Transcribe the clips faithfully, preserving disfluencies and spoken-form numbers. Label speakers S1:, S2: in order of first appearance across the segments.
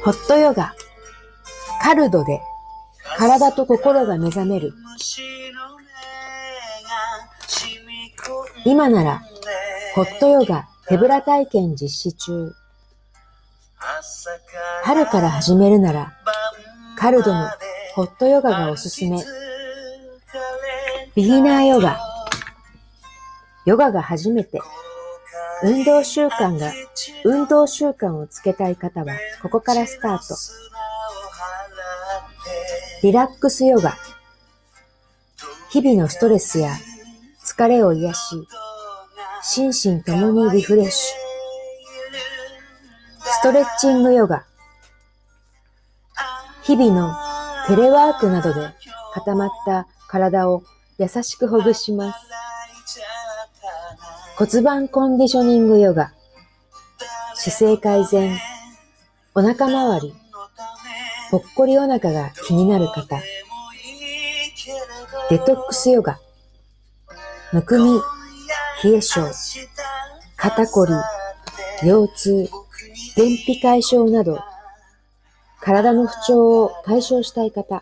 S1: ホットヨガ、カルドで体と心が目覚める。今ならホットヨガ手ぶら体験実施中。春から始めるならカルドのホットヨガがおすすめ。ビギナーヨガ、ヨガが初めて運動習慣が運動習慣をつけたい方はここからスタート。リラックスヨガ、日々のストレスや疲れを癒し、心身ともにリフレッシュ。ストレッチングヨガ、日々のテレワークなどで固まった体を優しくほぐします。骨盤コンディショニングヨガ、姿勢改善、お腹周り、ぽっこりお腹が気になる方。デトックスヨガ、むくみ、冷え性、肩こり、腰痛、便秘解消など、体の不調を解消したい方。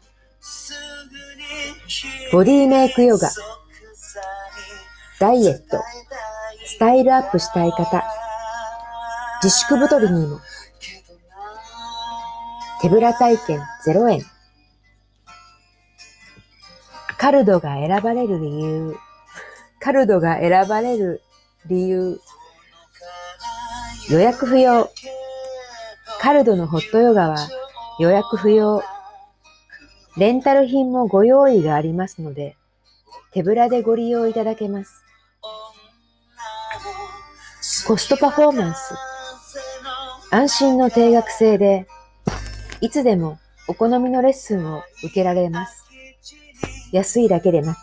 S1: ボディメイクヨガ、ダイエット、スタイルアップしたい方。自粛太りにも。手ぶら体験ゼロえん。カルドが選ばれる理由。カルドが選ばれる理由。予約不要。カルドのホットヨガは予約不要。レンタル品もご用意がありますので、手ぶらでご利用いただけます。コストパフォーマンス。安心の定額制で、いつでもお好みのレッスンを受けられます。安いだけでなく、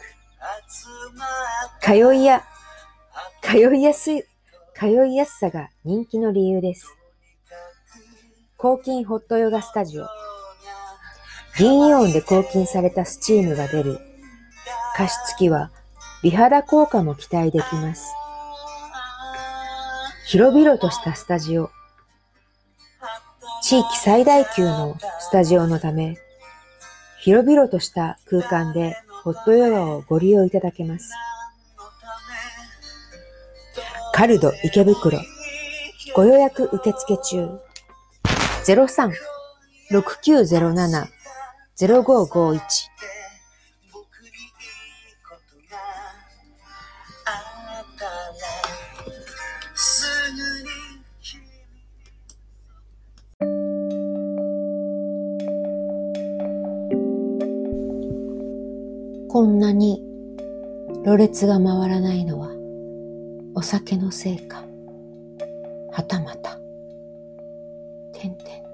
S1: 通いや、通いやすい、通いやすさが人気の理由です。抗菌ホットヨガスタジオ。銀イオンで抗菌されたスチームが出る。加湿器は美肌効果も期待できます。広々としたスタジオ。地域最大級のスタジオのため、広々とした空間でホットヨガをご利用いただけます。カルド池袋。ご予約受付中。ゼロさん ろくきゅうゼロなな ゼロごごいち。こんなにろれつが回らないのはお酒のせいか、はたまた、てんてん